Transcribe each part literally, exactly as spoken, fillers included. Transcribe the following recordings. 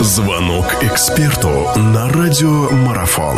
Звонок эксперту на радиомарафон.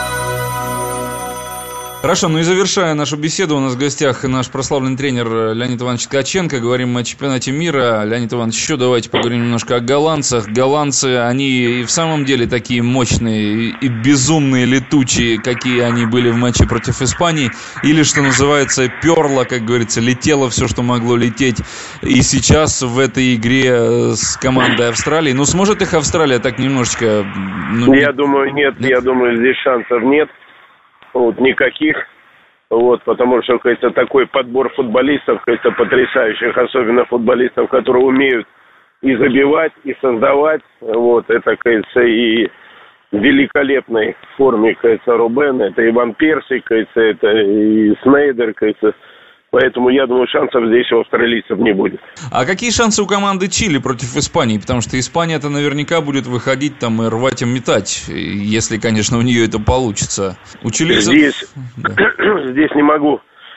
Хорошо, ну и завершая нашу беседу, у нас в гостях наш прославленный тренер Леонид Иванович Ткаченко. Говорим мы о чемпионате мира. Леонид Иванович, еще давайте поговорим немножко о голландцах. Голландцы, они и в самом деле такие мощные и безумные, летучие, какие они были в матче против Испании. Или, что называется, перло, как говорится, летело все, что могло лететь. И сейчас в этой игре с командой Австралии. Ну, сможет их Австралия так немножечко... Ну, я думаю, нет, нет. Я думаю, здесь шансов нет. Вот, никаких, вот, потому что, кажется, такой подбор футболистов, кажется, потрясающих, особенно футболистов, которые умеют и забивать, и создавать, вот, это, кажется, и в великолепной форме, кажется, Рубен, это и Ван Перси, кажется, это и Снейдер, кажется. Поэтому, я думаю, шансов здесь у австралийцев не будет. А какие шансы у команды Чили против Испании? Потому что Испания-то наверняка будет выходить там и рвать и метать, если, конечно, у нее это получится. У чилийцев... Здесь, да. здесь не могу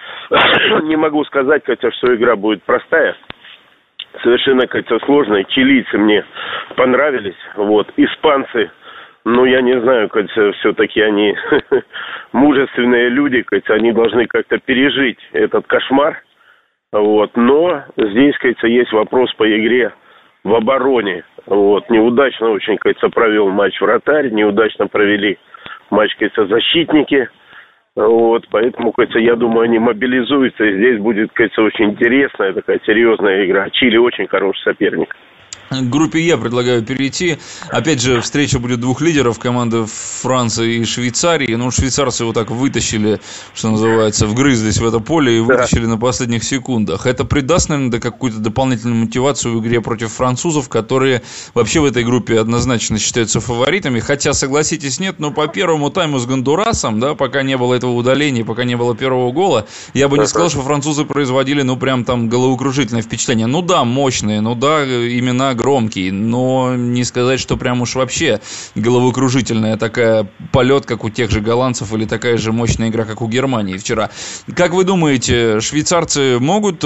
не могу сказать, хотя, что игра будет простая. Совершенно, кажется, сложная. Чилийцы мне понравились. Вот. Испанцы, ну, я не знаю, кажется, все-таки они мужественные люди, кажется, они должны как-то пережить этот кошмар. Вот. Но здесь, кажется, есть вопрос по игре в обороне. Вот. Неудачно очень, кажется, провел матч вратарь, неудачно провели матч, кажется, защитники. Вот. Поэтому, кажется, я думаю, они мобилизуются, и здесь будет, кажется, очень интересная такая серьезная игра. Чили очень хороший соперник. К группе Е предлагаю перейти. Опять же, встреча будет двух лидеров, команды Франции и Швейцарии. Ну, швейцарцы его так вытащили, что называется, вгрызлись в это поле и вытащили да. на последних секундах. Это придаст, наверное, какую-то дополнительную мотивацию в игре против французов, которые вообще в этой группе однозначно считаются фаворитами. Хотя, согласитесь, нет, но по первому тайму с Гондурасом, да, пока не было этого удаления, пока не было первого гола, я бы не сказал, что французы производили, ну, прям там головокружительное впечатление. Ну да, мощные, ну да, имена громкий, но не сказать, что прям уж вообще головокружительная такая полет, как у тех же голландцев, или такая же мощная игра, как у Германии вчера. Как вы думаете, швейцарцы могут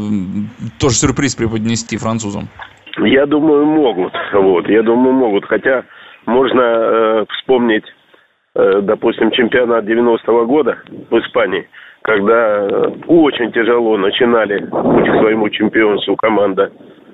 тоже сюрприз преподнести французам? Я думаю, могут. Вот, я думаю, могут. Хотя можно э, вспомнить, э, допустим, чемпионат девяностого года в Испании, когда э, очень тяжело начинали путь к своему чемпионству команда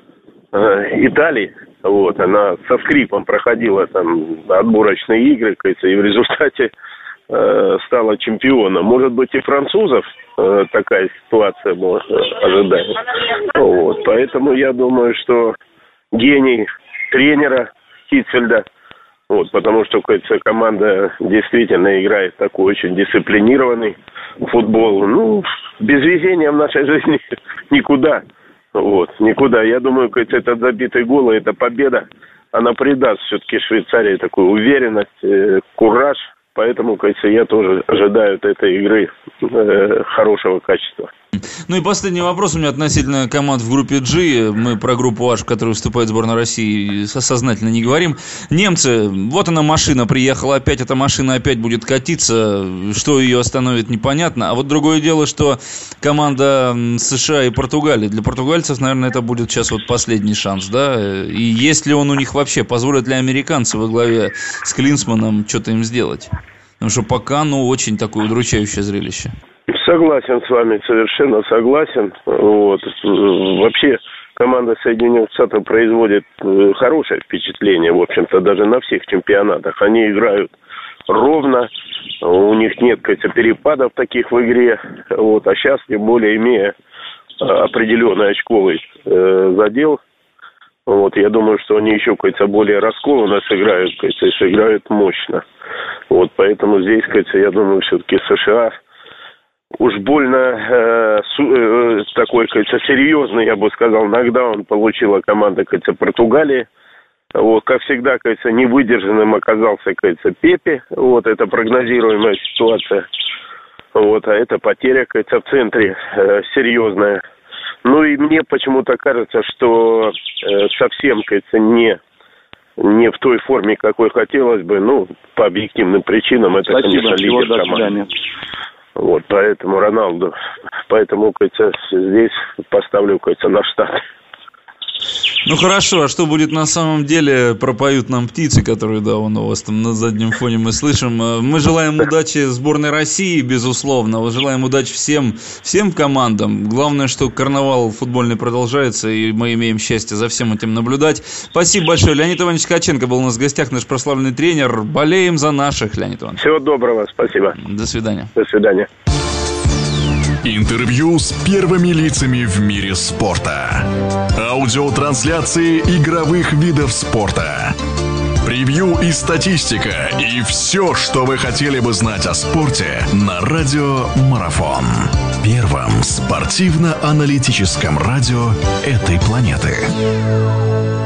Италии, вот, она со скрипом проходила там отборочные игры, кажется, и в результате э, стала чемпионом. Может быть, и французов э, такая ситуация может ожидать. Вот, поэтому я думаю, что гений тренера Хитцфельда, вот, потому что, кажется, команда действительно играет такой очень дисциплинированный футбол. Ну, без везения в нашей жизни никуда. Вот, никуда. Я думаю, кажется, этот забитый гол, эта победа, она придаст все-таки Швейцарии такую уверенность, э, кураж. Поэтому, кажется, я тоже ожидаю от этой игры э, хорошего качества. Ну и последний вопрос у меня относительно команд в группе G. Мы про группу H, в которой выступает сборная России, сознательно не говорим. Немцы, вот она машина приехала опять, эта машина опять будет катиться. Что ее остановит, непонятно. А вот другое дело, что команда США и Португалии. Для португальцев, наверное, это будет сейчас вот последний шанс, да? И есть ли он у них вообще? Позволят ли американцы во главе с Клинсманом что-то им сделать? Потому что пока, ну, очень такое удручающее зрелище. Согласен с вами, совершенно согласен. Вот. Вообще, команда Соединенных Штатов производит хорошее впечатление, в общем-то, даже на всех чемпионатах. Они играют ровно, у них нет, кажется, перепадов таких в игре. Вот. А сейчас, тем более, имея определенный очковый э, задел, вот, я думаю, что они еще, кажется, более раскованно сыграют, кажется, и сыграют мощно. Вот, поэтому здесь, кажется, я думаю, все-таки США уж больно э, су, э, такой, кажется, серьезный, я бы сказал, нокдаун получила команда, кажется, Португалии. Вот, как всегда, кажется, невыдержанным оказался, кажется, Пепе. Вот, это прогнозируемая ситуация. Вот, а это потеря, кажется, в центре э, серьезная. Ну и мне почему-то кажется, что э, совсем, кажется, не, не в той форме, какой хотелось бы. Ну, по объективным причинам, это, Спасибо, конечно, лидер команды. Вот, поэтому Роналду. Поэтому, кажется, здесь поставлю, кажется, на Штаты. Ну хорошо, а что будет на самом деле, пропоют нам птицы, которые, да, вон у вас там на заднем фоне мы слышим. Мы желаем удачи сборной России, безусловно, мы желаем удачи всем, всем командам. Главное, что карнавал футбольный продолжается, и мы имеем счастье за всем этим наблюдать. Спасибо большое. Леонид Иванович Ткаченко был у нас в гостях, наш прославленный тренер. Болеем за наших, Леонид Иванович. Всего доброго, спасибо. До свидания. До свидания. Интервью с первыми лицами в мире спорта. Аудиотрансляции игровых видов спорта. Превью и статистика. И все, что вы хотели бы знать о спорте на радио Марафон. Первом спортивно-аналитическом радио этой планеты.